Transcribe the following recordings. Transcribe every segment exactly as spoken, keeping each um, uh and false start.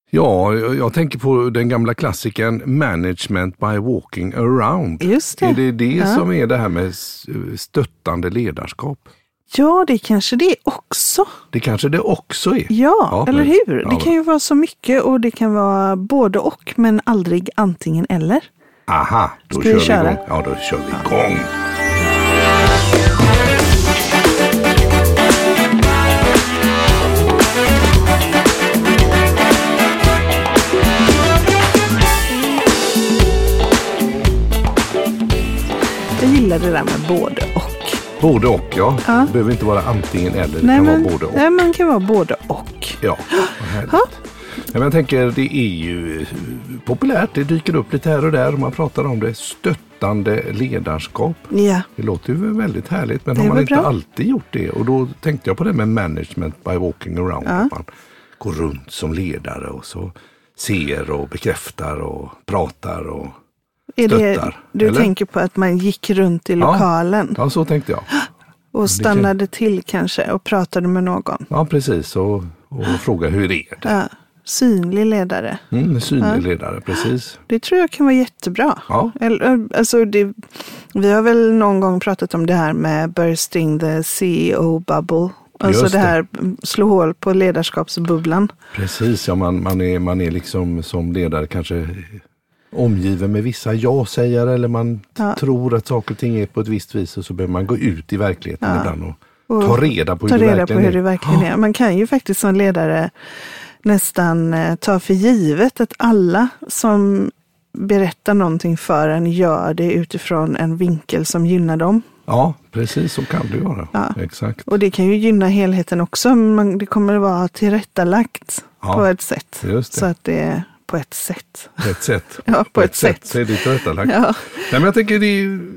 Ja, jag, jag tänker på den gamla klassikern Management by Walking Around. Just det. Är det det ja. som är det här med stöttande ledarskap? Ja, det kanske det också. Det kanske det också är. Ja, ja eller men, hur? Ja, det kan ju vara så mycket och det kan vara både och, men aldrig antingen eller. Aha, då Ska kör vi vi köra? igång. Ja, då kör vi igång. Jag gillar det där med både och. Både och, ja. Ja. Det behöver inte vara antingen eller. Det Nej, kan men, vara både och. Nej, man kan vara både och. Ja, vad härligt. Ja. Ja, men jag tänker, det är ju populärt. Det dyker upp lite här och där. Och man pratar om det. Stöttande ledarskap. Ja. Det låter ju väldigt härligt. Men Det har man var inte bra. alltid gjort det? Och då tänkte jag på det med management by walking around. Ja. Att man går runt som ledare och så ser och bekräftar och pratar och Är det, stöttar. du eller? tänker på att man gick runt i lokalen Ja, så tänkte jag. och stannade till kanske och pratade med någon. Ja, precis. Och, och fråga hur det är. Ja. Synlig ledare. Mm, synlig ledare, precis. Det tror jag kan vara jättebra. Ja. Eller, alltså det, vi har väl någon gång pratat om det här med bursting the C E O bubble. Alltså Just det det. här slå hål på ledarskapsbubblan. Precis, ja, man, man, är, man är liksom som ledare kanske omgiven med vissa ja-sägare eller man Ja. tror att saker och ting är på ett visst vis och så behöver man gå ut i verkligheten Ja. ibland och, Och ta reda på hur, ta det, reda verkligen på hur det är. verkligen är. Man kan ju faktiskt som ledare nästan eh, ta för givet att alla som berättar någonting för en gör det utifrån en vinkel som gynnar dem. Ja, precis, så kan det vara. Ja. Exakt. Och det kan ju gynna helheten också, men man, det kommer att vara tillrättalagt Ja, på ett sätt. just det. Så att det är på ett sätt. På ett sätt. Ja, på ett sätt. Så är det tillrättalagt. Ja. Nej, men jag tänker det är ju...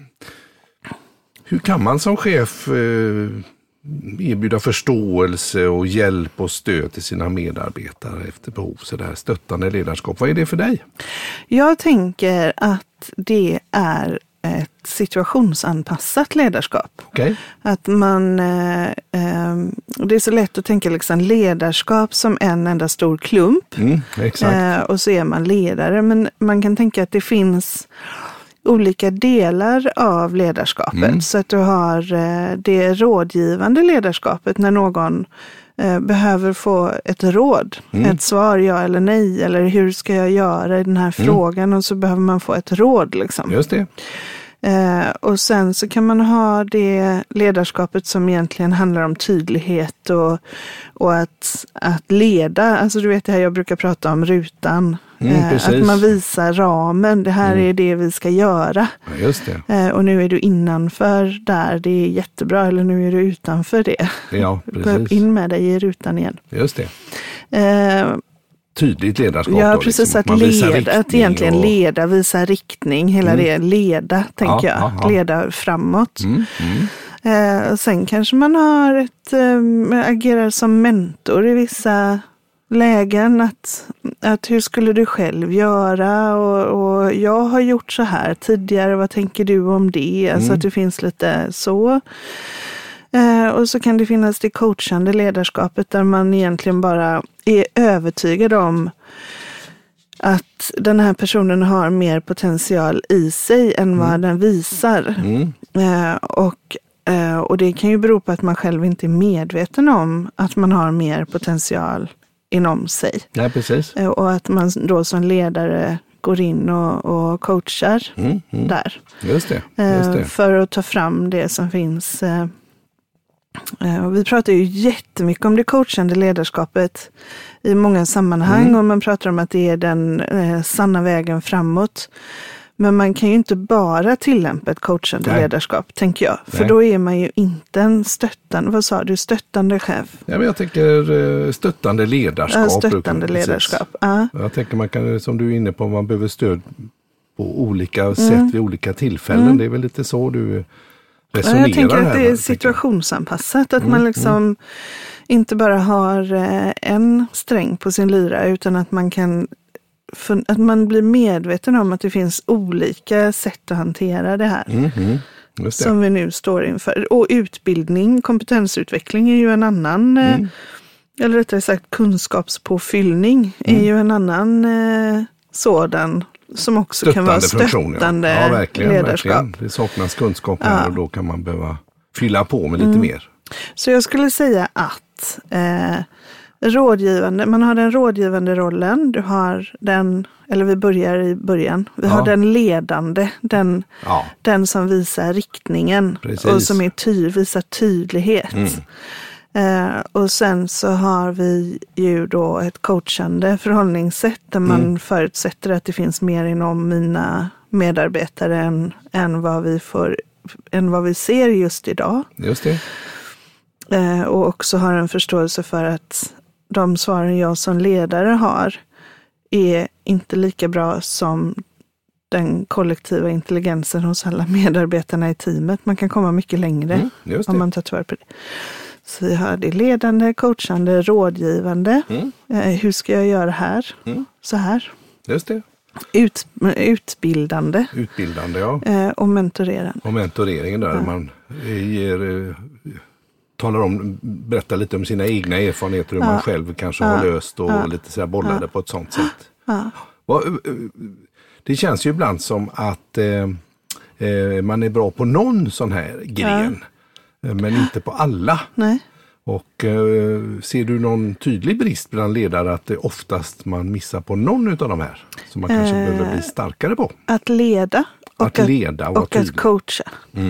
Hur kan man som chef eh, erbjuda förståelse och hjälp och stöd till sina medarbetare efter behov? Så där stöttande ledarskap. Vad är det för dig? Jag tänker att det är ett situationsanpassat ledarskap. Okej. Att man, eh, eh, det är så lätt att tänka liksom ledarskap som en enda stor klump. Mm, exakt. Eh, och så är man ledare. Men man kan tänka att det finns olika delar av ledarskapet. Mm. Så att du har eh, det rådgivande ledarskapet när någon eh, behöver få ett råd. Mm. Ett svar, ja eller nej. Eller hur ska jag göra i den här Mm. frågan? Och så behöver man få ett råd liksom. Just det. Eh, och sen så kan man ha det ledarskapet som egentligen handlar om tydlighet och, och att, att leda. Alltså du vet det här jag brukar prata om rutan. Mm, eh, precis. att man visar ramen. Det här Mm. är det vi ska göra. Ja, just det. Eh, och nu är du innanför där. Det är jättebra. Eller nu är du utanför det. Ja, Gå precis. in med dig i rutan igen. Just det. Eh, Tydligt ledarskap. Ja, då, precis. liksom. Att, Man visar leda, att riktning egentligen och... leda, visa riktning. Hela Mm. det, leda, tänker Ja, jag. ja, ja. Leda framåt. Mm, mm. Eh, och sen kanske man har ett, eh, agerar som mentor i vissa lägen. Att, att hur skulle du själv göra? Och, och jag har gjort så här tidigare. Vad tänker du om det? Alltså Mm. att det finns lite så. Eh, och så kan det finnas det coachande ledarskapet där man egentligen bara är övertygad om att den här personen har mer potential i sig än vad den visar. Mm. Eh, och, eh, och det kan ju bero på att man själv inte är medveten om att man har mer potential inom sig. Nej, precis. Eh, och att man då som ledare går in och, och coachar Mm, mm. där. Just det. Eh, Just det. för att ta fram det som finns. Eh, eh, och vi pratar ju jättemycket om det coachande ledarskapet i många sammanhang. Mm. Och man pratar om att det är den eh, sanna vägen framåt. Men man kan ju inte bara tillämpa ett coachande Nej. ledarskap, tänker jag. För Nej. då är man ju inte en stöttande, vad sa du, stöttande chef? Ja, men jag tänker eh, stöttande ledarskap. Ja, stöttande Precis. ledarskap. Ja. Jag tänker man kan, som du är inne på, man behöver stöd på olika Mm. sätt vid olika tillfällen. Mm. Det är väl lite så du Ja, resonerar jag tänker här, att det är va? Tänker situationsanpassat. Att Mm, man liksom inte bara har eh, en sträng på sin lyra utan att man kan för, att man blir medveten om att det finns olika sätt att hantera det här. jag. Mm, mm. Just det. Som vi nu står inför. Och utbildning, kompetensutveckling är ju en annan Mm. eller rättare sagt kunskapspåfyllning mm. är ju en annan eh, sådan som också stöttande kan vara stöttande ja. Ja, verkligen, ledarskap. Verkligen. Det saknas kunskap här ja. Och då kan man behöva fylla på med lite mm. mer. Så jag skulle säga att eh, rådgivande, man har den rådgivande rollen, du har den, eller vi börjar i början, vi ja. har den ledande, den, ja. den som visar riktningen. Precis. Och som är ty, visar tydlighet. Mm. Eh, och sen så har vi ju då ett coachande förhållningssätt där man mm. förutsätter att det finns mer inom mina medarbetare än, än, vad vi får, än vad vi ser just idag. Just det. Eh, och också har en förståelse för att de svaren jag som ledare har är inte lika bra som den kollektiva intelligensen hos alla medarbetarna i teamet. Man kan komma mycket längre mm, just det. Om man tar tillvara på det. Så vi har det ledande, coachande, rådgivande. Mm. Eh, hur ska jag göra här? Mm. Så här. Just det. Ut, utbildande. Utbildande, ja. Eh, och mentorerande. Och mentoreringen där ja. man ger, eh, talar om, berättar lite om sina egna erfarenheter, hur ja. man själv kanske ja. har löst och ja. lite så här bollade ja. på ett sånt sätt. Ja. Det känns ju ibland som att eh, eh, man är bra på någon sån här gren. Ja. Men inte på alla. Nej. Och eh, ser du någon tydlig brist bland ledare att det oftast man missar på någon av de här som man kanske eh, behöver bli starkare på? Att leda och att, leda och, och att coacha. Mm.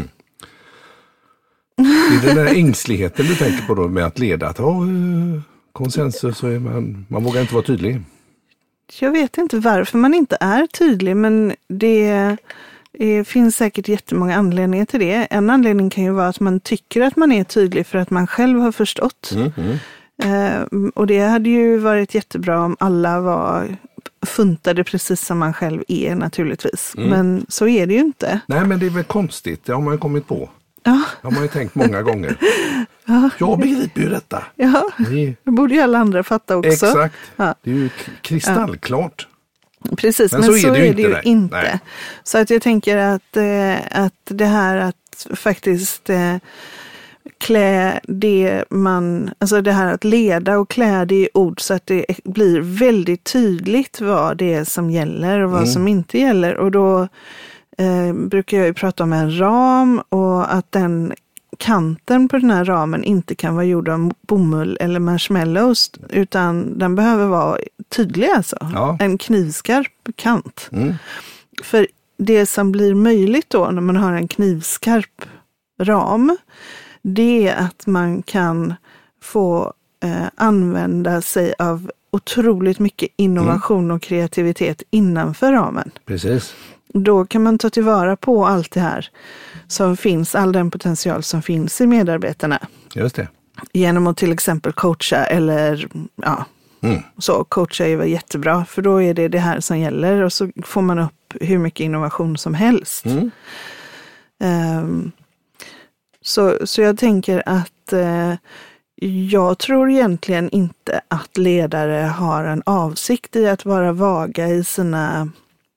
Det är den där ängsligheten du tänker på då med att leda. Att ha konsensus så är man, man vågar inte vara tydlig. Jag vet inte varför man inte är tydlig, men det... Det finns säkert jättemånga anledningar till det. En anledning kan ju vara att man tycker att man är tydlig för att man själv har förstått. Mm, mm. Eh, och det hade ju varit jättebra om alla var funtade precis som man själv är naturligtvis. Mm. Men så är det ju inte. Nej, men det är väl konstigt. Det har man ju kommit på. Ja. Det har man ju tänkt många gånger. Ja. Jag begriper ju detta. Ja, det borde ju alla andra fatta också. Exakt. Ja. Det är ju kristallklart. Precis, men, men så, så är det ju inte. Det ju inte. Så att jag tänker att, eh, att det här att faktiskt eh, klä det man, alltså det här att leda och klä det i ord så att det blir väldigt tydligt vad det är som gäller och vad mm. som inte gäller. Och då eh, brukar jag ju prata om en ram och att den kanten på den här ramen inte kan vara gjord av bomull eller marshmallows utan den behöver vara tydlig alltså. Ja. En knivskarp kant. Mm. För det som blir möjligt då när man har en knivskarp ram, det är att man kan få eh, använda sig av otroligt mycket innovation mm. och kreativitet innanför ramen. Precis. Då kan man ta tillvara på allt det här som finns, all den potential som finns i medarbetarna. Just det. Genom att till exempel coacha eller ja, mm. så coacha är ju jättebra för då är det det här som gäller och så får man upp hur mycket innovation som helst. Mm. Um, så, så jag tänker att uh, jag tror egentligen inte att ledare har en avsikt i att vara vaga i sina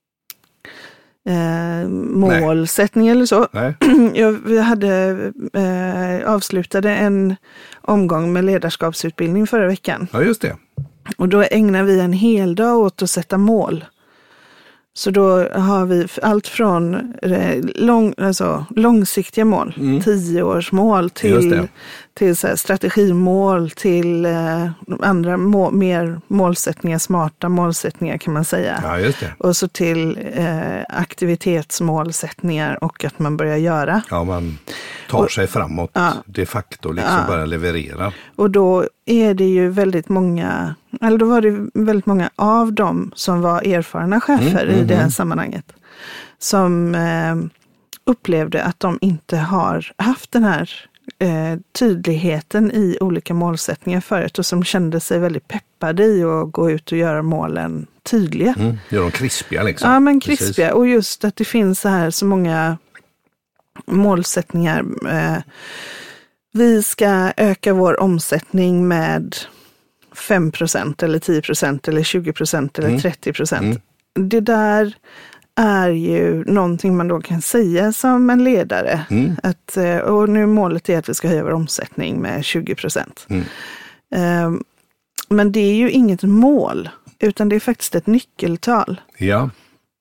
Eh, målsättning eller så. Nej. Jag, vi hade eh, avslutade en omgång med ledarskapsutbildning förra veckan. Ja, just det. Och då ägnar vi en hel dag åt att sätta mål. Så då har vi allt från eh, lång, alltså, långsiktiga mål, mm. tioårsmål till, till så här, strategimål, till eh, andra må, mer målsättningar, smarta målsättningar kan man säga. Ja, just det. Och så till eh, aktivitetsmålsättningar och att man börjar göra. Ja, man tar och, sig framåt ja, de facto, liksom ja. bara levererar. Och då är det ju väldigt många, eller då var det väldigt många av dem som var erfarna chefer mm, i det här mm. sammanhanget som eh, upplevde att de inte har haft den här eh, tydligheten i olika målsättningar förut och som kände sig väldigt peppade i att gå ut och göra målen tydliga. Mm, gör de krispiga liksom. Ja, men krispiga. Precis. Och just att det finns så här så många målsättningar. Eh, vi ska öka vår omsättning med fem procent eller tio procent eller tjugo procent eller mm. trettio procent. Mm. Det där är ju någonting man då kan säga som en ledare. Mm. Att, och nu målet är att vi ska höja vår omsättning med tjugo procent. Mm. Men det är ju inget mål, utan det är faktiskt ett nyckeltal. Ja.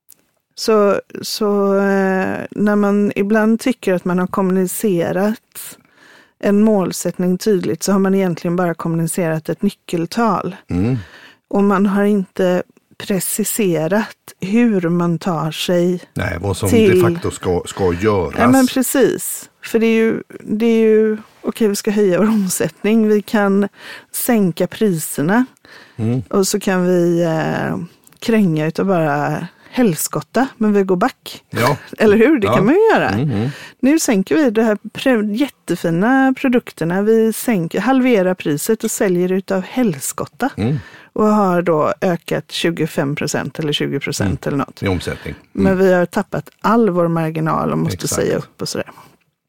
Så, så eh, när man ibland tycker att man har kommunicerat en målsättning tydligt, så har man egentligen bara kommunicerat ett nyckeltal. Mm. Och man har inte preciserat hur man tar sig Nej, vad som till... de facto ska, ska göras. Ja, men precis. För det är ju, det är ju okej, okay, vi ska höja vår omsättning. Vi kan sänka priserna. Mm. Och så kan vi eh, kränga utav bara helskotta, men vi går back. Ja. Eller hur? Det Ja. kan man ju göra. Mm, mm. Nu sänker vi de här pre- jättefina produkterna. Vi sänker, halverar priset och säljer utav helskotta. Mm. Och har då ökat tjugofem procent eller tjugo procent mm. eller något. I omsättning. Mm. Men vi har tappat all vår marginal och måste Exakt. säga upp och sådär.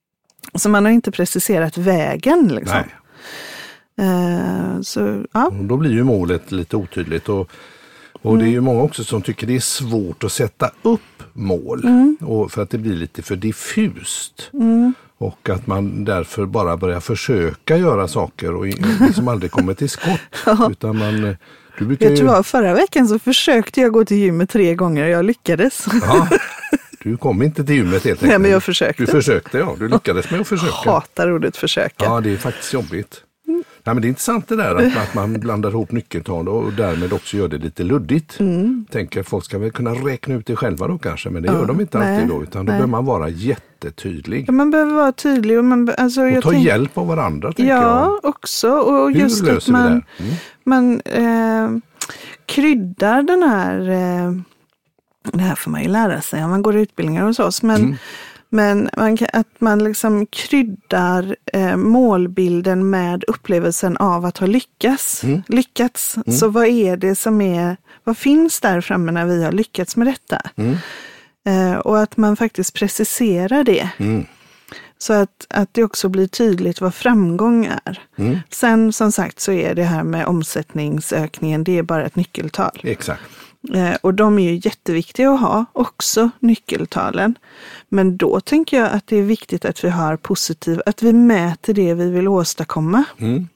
Så man har inte preciserat vägen liksom. Nej. Uh, så, ja. Och då blir ju målet lite otydligt. Och, och mm. det är ju många också som tycker det är svårt att sätta upp mål. Mm. Och för att det blir lite för diffust. Mm. Och att man därför bara börjar försöka göra saker och liksom aldrig kommer till skott. Ja. Utan man, du brukar Vet ju... du vad, förra veckan så försökte jag gå till gymmet tre gånger och jag lyckades. Ja, du kom inte till gymmet helt enkelt. Nej, men jag försökte. Du försökte, ja. Du lyckades med att försöka. Hatar ordet försöka. Ja, det är faktiskt jobbigt. Mm. Nej, men det är intressant det där att, att man blandar ihop nyckeltal och därmed också gör det lite luddigt. Mm. Tänker folk ska väl kunna räkna ut det själva då kanske, men det ja, gör de inte nej, alltid då, utan då behöver man vara jättetydlig. Ja, man behöver vara tydlig och, man, alltså, och jag ta tänk... hjälp av varandra, tänker ja, jag. Ja, också. Och hur just löser att man, vi det? Mm. man eh, kryddar den här, eh, det här får man ju lära sig om man går utbildningar hos oss, men mm. Men man kan, att man liksom kryddar eh, målbilden med upplevelsen av att ha lyckats. Mm. lyckats. Mm. Så vad är det som är, vad finns där framme när vi har lyckats med detta? Mm. Eh, och att man faktiskt preciserar det. Mm. Så att, att det också blir tydligt vad framgång är. Mm. Sen som sagt så är det här med omsättningsökningen, det är bara ett nyckeltal. Exakt. Eh, och de är ju jätteviktiga att ha, också nyckeltalen. Men då tänker jag att det är viktigt att vi har positiv, att vi mäter det vi vill åstadkomma. Mm.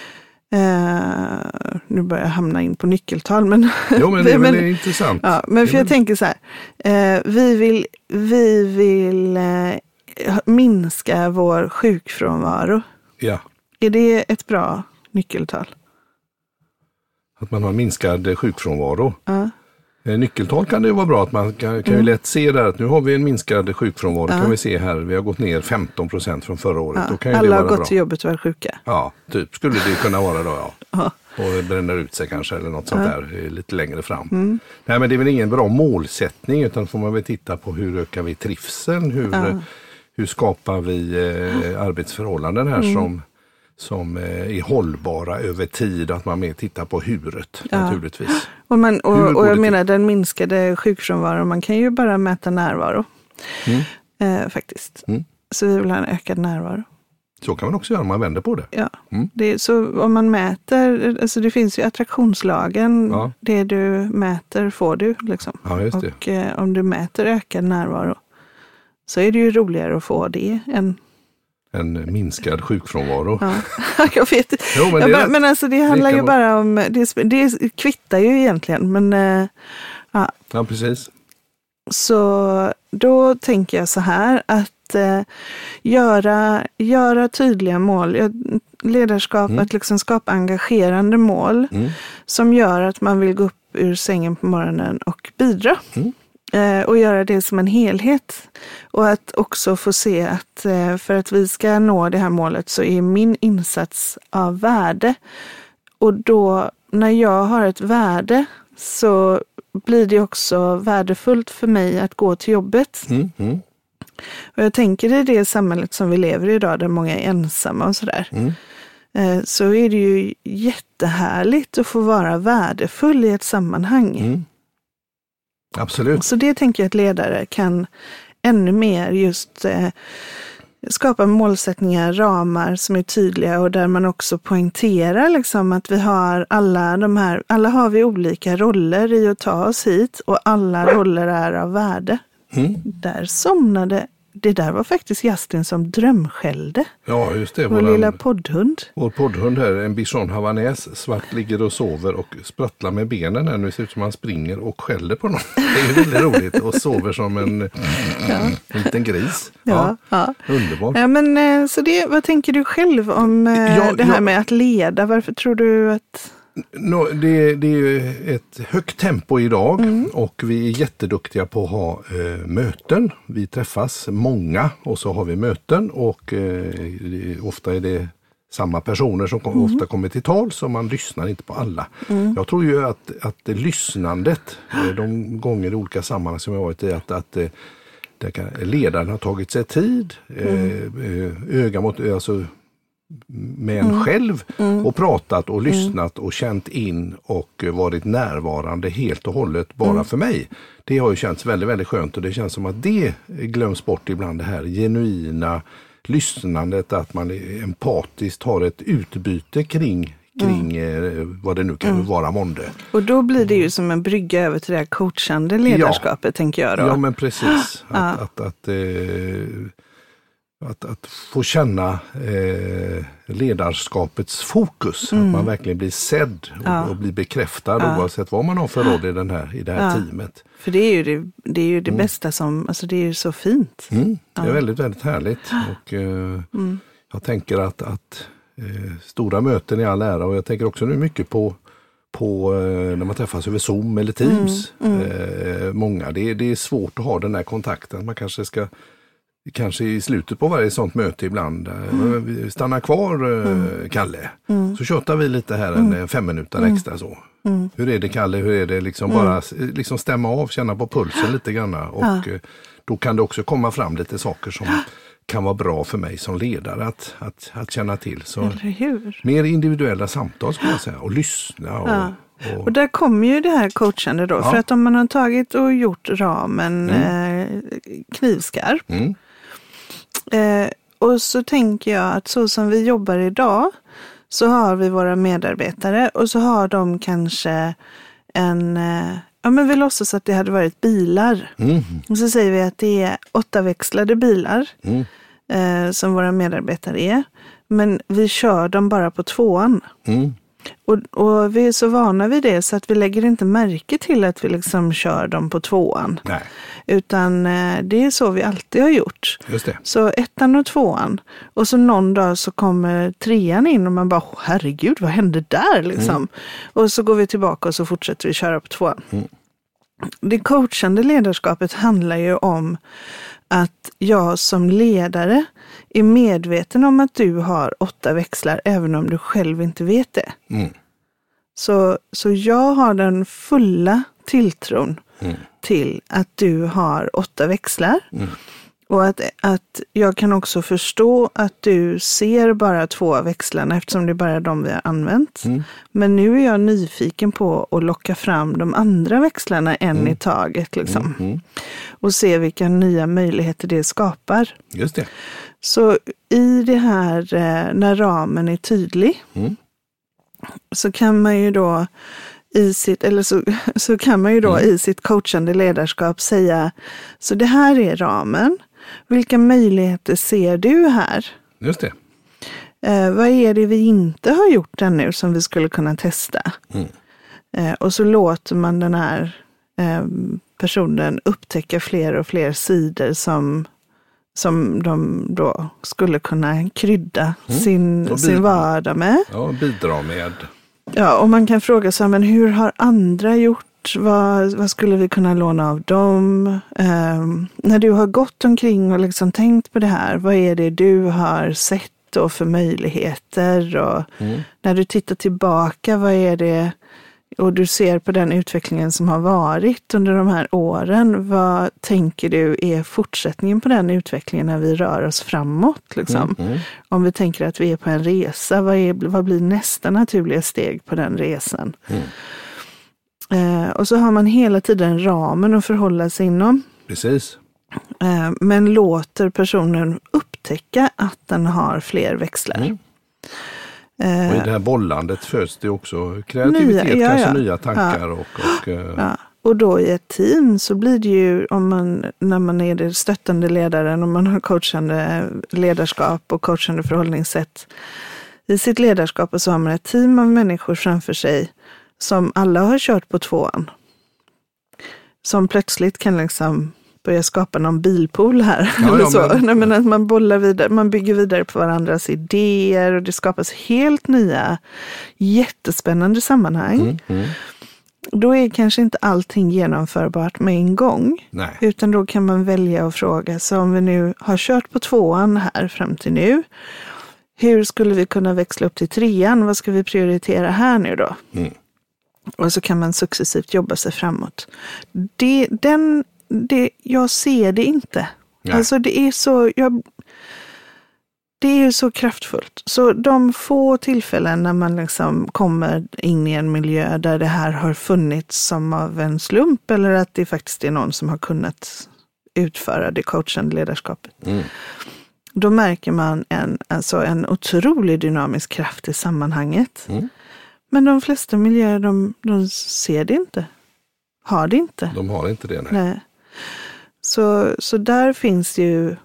Eh, nu börjar jag hamna in på nyckeltal. Men jo, men det är väl men, intressant. Ja, men för jag men... tänker så här, eh, vi vill, vi vill eh, minska vår sjukfrånvaro. Ja. Är det ett bra nyckeltal? Att man har minskad sjukfrånvaro. Ja. Nyckeltal kan det ju vara bra, att man kan, kan ju lätt se där att nu har vi en minskad sjukfrånvaro. Ja. Kan vi se här, vi har gått ner femton procent från förra året. Ja. Då kan ju alla det har vara gått bra. till jobbet och varit sjuka. Ja, typ skulle det kunna vara då, ja. Ja. Och bränner ut sig kanske eller något sånt ja. där lite längre fram. Mm. Nej, men det är väl ingen bra målsättning, utan får man väl titta på hur ökar vi trivseln, hur, ja. hur skapar vi eh, arbetsförhållanden här mm. som som är hållbara över tid, att man mer tittar på huret ja. naturligtvis. Och, man, och, och jag menar den minskade sjukfrånvaron, man kan ju bara mäta närvaro mm. eh, faktiskt. Mm. Så vi vill ha en ökad närvaro. Så kan man också göra om man vänder på det. Ja, mm. det, så om man mäter, alltså det finns ju attraktionslagen, ja. det du mäter får du liksom. Ja, just det. Och eh, om du mäter ökad närvaro så är det ju roligare att få det än en minskad sjukfrånvaro. Ja, jag vet. Jo, men, bara, men alltså det handlar ju bara om, det, det kvittar ju egentligen, men äh, ja. Ja, precis. Så då tänker jag så här att äh, göra, göra tydliga mål, ledarskap, mm. att liksom skapa engagerande mål mm. som gör att man vill gå upp ur sängen på morgonen och bidra. Mm. Och göra det som en helhet. Och att också få se att för att vi ska nå det här målet så är min insats av värde. Och då när jag har ett värde så blir det också värdefullt för mig att gå till jobbet. Mm, mm. Och jag tänker i det samhället som vi lever i idag där många är ensamma och sådär. Mm. Så är det ju jättehärligt att få vara värdefull i ett sammanhang. Mm. Absolut. Så det tänker jag att ledare kan ännu mer just eh, skapa målsättningar, ramar som är tydliga och där man också poängterar liksom att vi har alla de här, alla har vi olika roller i att ta oss hit och alla roller är av värde. Mm. Där somnade det där var faktiskt Justin som drömskällde. Ja, just det. Vår Våran, lilla poddhund. Vår poddhund här, en bichon havanäs, svart, ligger och sover och sprattlar med benen här. Nu ser det ut som han springer och skäller på någon. Det är ju väldigt roligt och sover som en, ja. en liten gris. Ja, ja. ja. Underbart. Ja, men, så det, vad tänker du själv om ja, det här ja. med att leda? Varför tror du att... No, det, det är ju ett högt tempo idag mm. och vi är jätteduktiga på att ha eh, möten. Vi träffas många och så har vi möten och eh, ofta är det samma personer som kom, mm. ofta kommer till tal, så man lyssnar inte på alla. Mm. Jag tror ju att, att det lyssnandet, eh, de gånger i olika sammanhang som jag har varit i, att, att eh, det kan, ledaren har tagit sig tid, mm. eh, öga mot alltså med en mm. själv mm. och pratat och lyssnat mm. och känt in och varit närvarande helt och hållet bara mm. för mig. Det har ju känts väldigt, väldigt skönt och det känns som att det glöms bort ibland, det här genuina lyssnandet, att man empatiskt har ett utbyte kring kring mm. vad det nu kan mm. vara månde. Och då blir det ju som en brygga över till det här coachande ledarskapet, ja. tänker jag då. Ja, men precis. Att, ja. att, att, att eh, Att, att få känna eh, ledarskapets fokus, mm. att man verkligen blir sedd och, ja. och blir bekräftad ja. oavsett vad man har för roll i, den här, i det här ja. teamet. För det är ju det, det, är ju det mm. bästa som, alltså det är ju så fint. Mm. Det är ja. väldigt, väldigt härligt och eh, mm. jag tänker att, att eh, stora möten är all ära och jag tänker också nu mycket på på eh, när man träffas över Zoom eller Teams. Mm. Mm. Eh, många, det, det är svårt att ha den här kontakten, man kanske ska kanske i slutet på varje sånt möte ibland. Mm. Vi stannar kvar, mm. Kalle. Mm. Så tjötar vi lite här en mm. fem minuter mm. extra så. Mm. Hur är det, Kalle? Hur är det? Liksom mm. bara liksom stämma av, känna på pulsen lite grann. Och ja. då kan det också komma fram lite saker som kan vara bra för mig som ledare att, att, att känna till. Så eller hur? Mer individuella samtal skulle jag säga. Och lyssna och... Ja. Och där kommer ju det här coachande då. Ja. För att om man har tagit och gjort ramen mm. eh, knivskarp. Mm. Eh, och så tänker jag att så som vi jobbar idag så har vi våra medarbetare och så har de kanske en, eh, ja men vi låtsas att det hade varit bilar. Mm. Och så säger vi att det är åtta växlade bilar mm. eh, som våra medarbetare är. Men vi kör dem bara på tvåan. Mm. Och, och vi är så vana vid det så att vi lägger inte märke till att vi liksom kör dem på tvåan. Nej. Utan eh, det är så vi alltid har gjort. Just det. Så ettan och tvåan. Och så någon dag så kommer trean in och man bara, herregud, vad hände där liksom? Mm. Och så går vi tillbaka och så fortsätter vi köra på tvåan. Mm. Det coachande ledarskapet handlar ju om att jag som ledare är medveten om att du har åtta växlar även om du själv inte vet det. Mm. Så, så jag har den fulla tilltron mm. till att du har åtta växlar. Mm. Och att, att jag kan också förstå att du ser bara två av växlarna eftersom det är bara de vi har använt. Mm. Men nu är jag nyfiken på att locka fram de andra växlarna en mm. i taget. Liksom. Mm. Mm. Och se vilka nya möjligheter det skapar. Just det. Så i det här, när ramen är tydlig, mm. så kan man ju då i sitt, eller så, så kan man ju då mm. i sitt coachande ledarskap säga, så det här är ramen. Vilka möjligheter ser du här? Just det. Eh, vad är det vi inte har gjort ännu som vi skulle kunna testa? Mm. Eh, och så låter man den här eh, personen upptäcka fler och fler sidor som, som de då skulle kunna krydda mm. sin, sin vardag med. Ja, bidra med. Ja, och man kan fråga sig, men hur har andra gjort? Vad, vad skulle vi kunna låna av dem? Eh, när du har gått omkring och liksom tänkt på det här, vad är det du har sett och för möjligheter? Och mm. när du tittar tillbaka, vad är det, och du ser på den utvecklingen som har varit under de här åren, vad tänker du är fortsättningen på den utvecklingen när vi rör oss framåt? Liksom? Mm. Mm. Om vi tänker att vi är på en resa, vad, är, vad blir nästa naturliga steg på den resan? Mm. Eh, och så har man hela tiden ramen att förhålla sig inom. Precis. Eh, men låter personen upptäcka att den har fler växlar. Mm. Eh, och i det här bollandet föds det också kreativitet, nya, ja, kanske ja. nya tankar. Ja. Och, och, ja. Och då i ett team så blir det ju, om man, när man är den stöttande ledaren och man har coachande ledarskap och coachande förhållningssätt i sitt ledarskap, och så har man ett team av människor framför sig som alla har kört på tvåan. Som plötsligt kan liksom börja skapa någon bilpool här. Ja, eller ja, så. men... Nej, men att man bollar vidare, man bygger vidare på varandras idéer och det skapas helt nya jättespännande sammanhang. Mm, mm. Då är kanske inte allting genomförbart med en gång. Nej. Utan då kan man välja och fråga. Så om vi nu har kört på tvåan här fram till nu. Hur skulle vi kunna växla upp till trean? Vad ska vi prioritera här nu då? Mm. Och så kan man successivt jobba sig framåt. Det, den, det, jag ser det inte. Nej. Alltså det är så... Jag, det är ju så kraftfullt. Så de få tillfällen när man liksom kommer in i en miljö där det här har funnits som av en slump, eller att det faktiskt är någon som har kunnat utföra det coachande ledarskapet. Mm. Då märker man en, alltså en otrolig dynamisk kraft i sammanhanget. Mm. Men de flesta miljöer, de, de ser det inte. Har det inte. De har inte det, nej. nej. Så, så där finns ju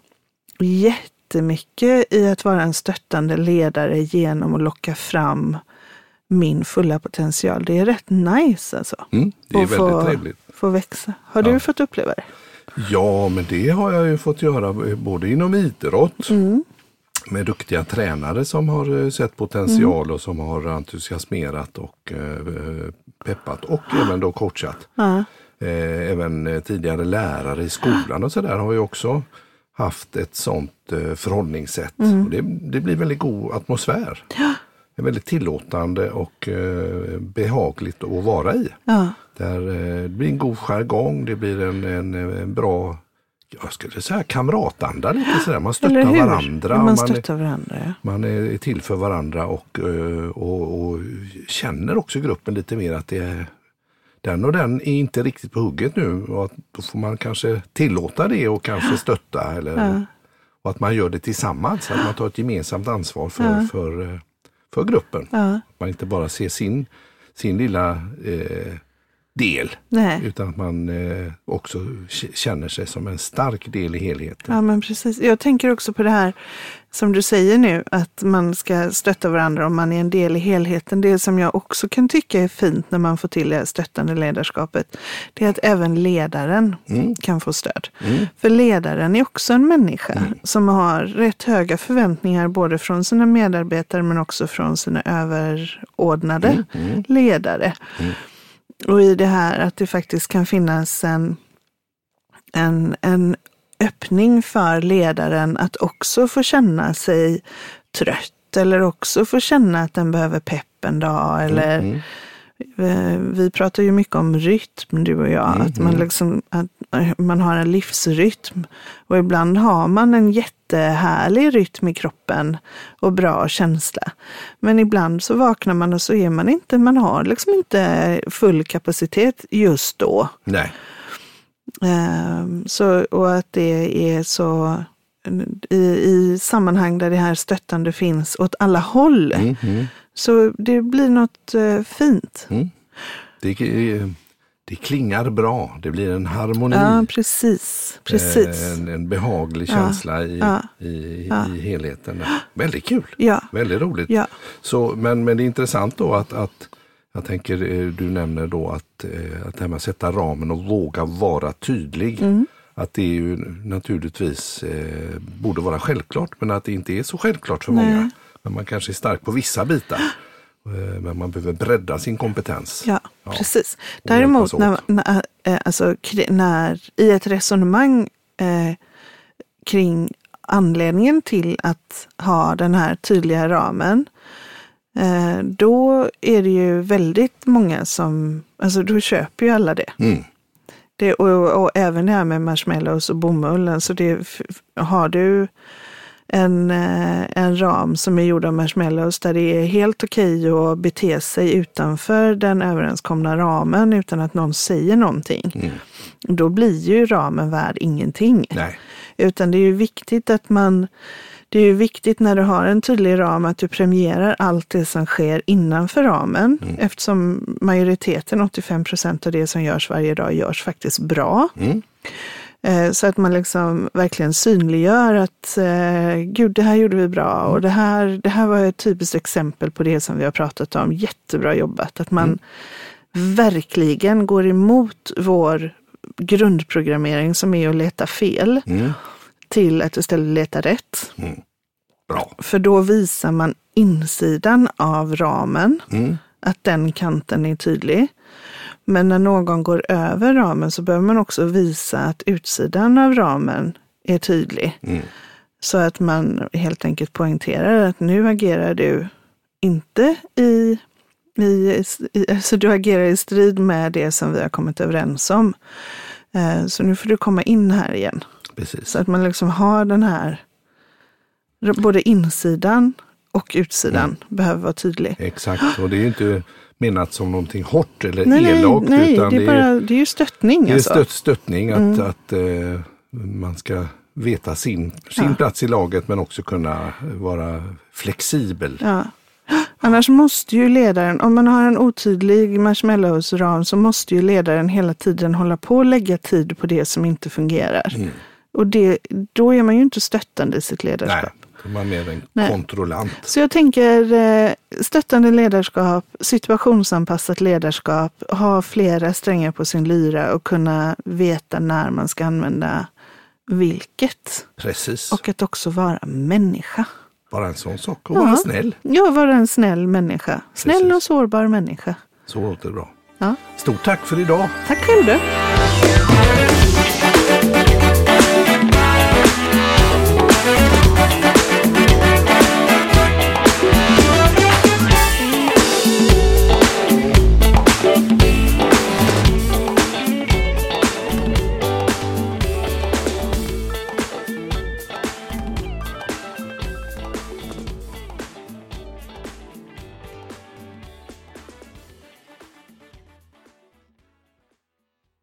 jättemycket i att vara en stöttande ledare genom att locka fram min fulla potential. Det är rätt nice alltså. Mm, det är och väldigt få, trevligt. Få växa. Har Ja. du fått uppleva det? Ja, men det har jag ju fått göra både inom idrott Mm. med duktiga tränare som har sett potential mm. och som har entusiasmerat och eh, peppat och även då coachat. Ja. Eh, även tidigare lärare i skolan och så där har ju också haft ett sånt eh, förhållningssätt. Mm. Och det, det blir väldigt god atmosfär. Ja. Det är väldigt tillåtande och eh, behagligt att vara i. Ja. Där, eh, det blir en god jargong, det blir en, en, en bra, jag skulle säga kamratanda lite sådär. Man stöttar varandra. Man man, stöttar varandra, ja. man är till för varandra och, och, och känner också gruppen lite mer att det är den och den är inte riktigt på hugget nu, och att då får man kanske tillåta det och kanske stötta eller, Ja. och att man gör det tillsammans, så att man tar ett gemensamt ansvar för, Ja. för, för gruppen. Ja. Att man inte bara ser sin, sin lilla eh, del, Nej. utan att man eh, också k- känner sig som en stark del i helheten. Ja, men precis. Jag tänker också på det här som du säger nu, att man ska stötta varandra om man är en del i helheten. Det som jag också kan tycka är fint när man får till det stöttande ledarskapet, det är att även ledaren Mm. kan få stöd. Mm. För ledaren är också en människa Mm. som har rätt höga förväntningar både från sina medarbetare men också från sina överordnade Mm. Mm. ledare. Mm. Och i det här att det faktiskt kan finnas en, en, en öppning för ledaren att också få känna sig trött, eller också få känna att den behöver pepp en dag. Eller, Mm. eh, vi pratar ju mycket om rytm, du och jag. Mm. Att, man liksom, att man har en livsrytm. Och ibland har man en jättehärlig rytm i kroppen och bra känsla. Men ibland så vaknar man och så är man inte, man har liksom inte full kapacitet just då. Nej. Um, så, och att det är så i, i sammanhang där det här stöttande finns åt alla håll. Mm. Mm. Så det blir något uh, fint. Mm. Det, det klingar bra, det blir en harmoni. Ja, precis. precis. Eh, En, en behaglig Ja. känsla i, Ja. i, Ja. i helheten. Väldigt kul, Ja. väldigt roligt. Ja. Så, men, men det är intressant då att, att jag tänker, eh, du nämner då att, eh, att det här med att sätta ramen och våga vara tydlig. Mm. Att det är ju naturligtvis eh, borde vara självklart, men att det inte är så självklart för Nej. många. Men man kanske är stark på vissa bitar. Eh, men man behöver bredda sin kompetens. Ja, Ja. precis. Och Däremot hjälpas när, åt. när, eh, alltså, kri- när i ett resonemang eh, kring anledningen till att ha den här tydliga ramen, eh, då är det ju väldigt många som, alltså då köper ju alla det. Mm. det och, och även det här med marshmallows och bomullen, så det, f- har du en, eh, en ram som är gjord av marshmallows där det är helt okej att bete sig utanför den överenskomna ramen utan att någon säger någonting. Mm. Då blir ju ramen värd ingenting. Nej. Utan det är ju viktigt att man, det är ju viktigt när du har en tydlig ram att du premierar allt det som sker innanför ramen. Mm. Eftersom majoriteten, åttiofem procent av det som görs varje dag, görs faktiskt bra. Mm. Så att man liksom verkligen synliggör att eh, gud, det här gjorde vi bra och det här, det här var ett typiskt exempel på det som vi har pratat om. Jättebra jobbat. Att man mm. verkligen går emot vår grundprogrammering som är att leta fel mm. till att istället leta rätt. Mm. Bra. För då visar man insidan av ramen, mm. att den kanten är tydlig. Men när någon går över ramen så behöver man också visa att utsidan av ramen är tydlig. Mm. Så att man helt enkelt poängterar att nu agerar du inte i, i, i alltså du agerar i strid med det som vi har kommit överens om. Eh, så nu får du komma in här igen. Precis. Så att man liksom har den här, både insidan och utsidan mm. behöver vara tydlig. Exakt, och det är ju inte menat som någonting hårt eller nej, elakt. Nej, utan det är, bara, det är ju stöttning. Det är alltså. stött, stöttning att, mm. att eh, man ska veta sin, sin ja. plats i laget men också kunna vara flexibel. Ja. Annars måste ju ledaren, om man har en otydlig marshmallows-ram så måste ju ledaren hela tiden hålla på och lägga tid på det som inte fungerar. Mm. Och det, då är man ju inte stöttande i sitt ledarskap. Nej. Man är mer en Nej. kontrollant. Så jag tänker stöttande ledarskap, situationsanpassat ledarskap, ha flera strängar på sin lyra och kunna veta när man ska använda vilket. Precis. Och att också vara människa. Vara en sån sak och ja. vara snäll. Ja, vara en snäll människa. Snäll Precis. och sårbar människa. Så låter det bra. Ja. Stort tack för idag. Tack själv du.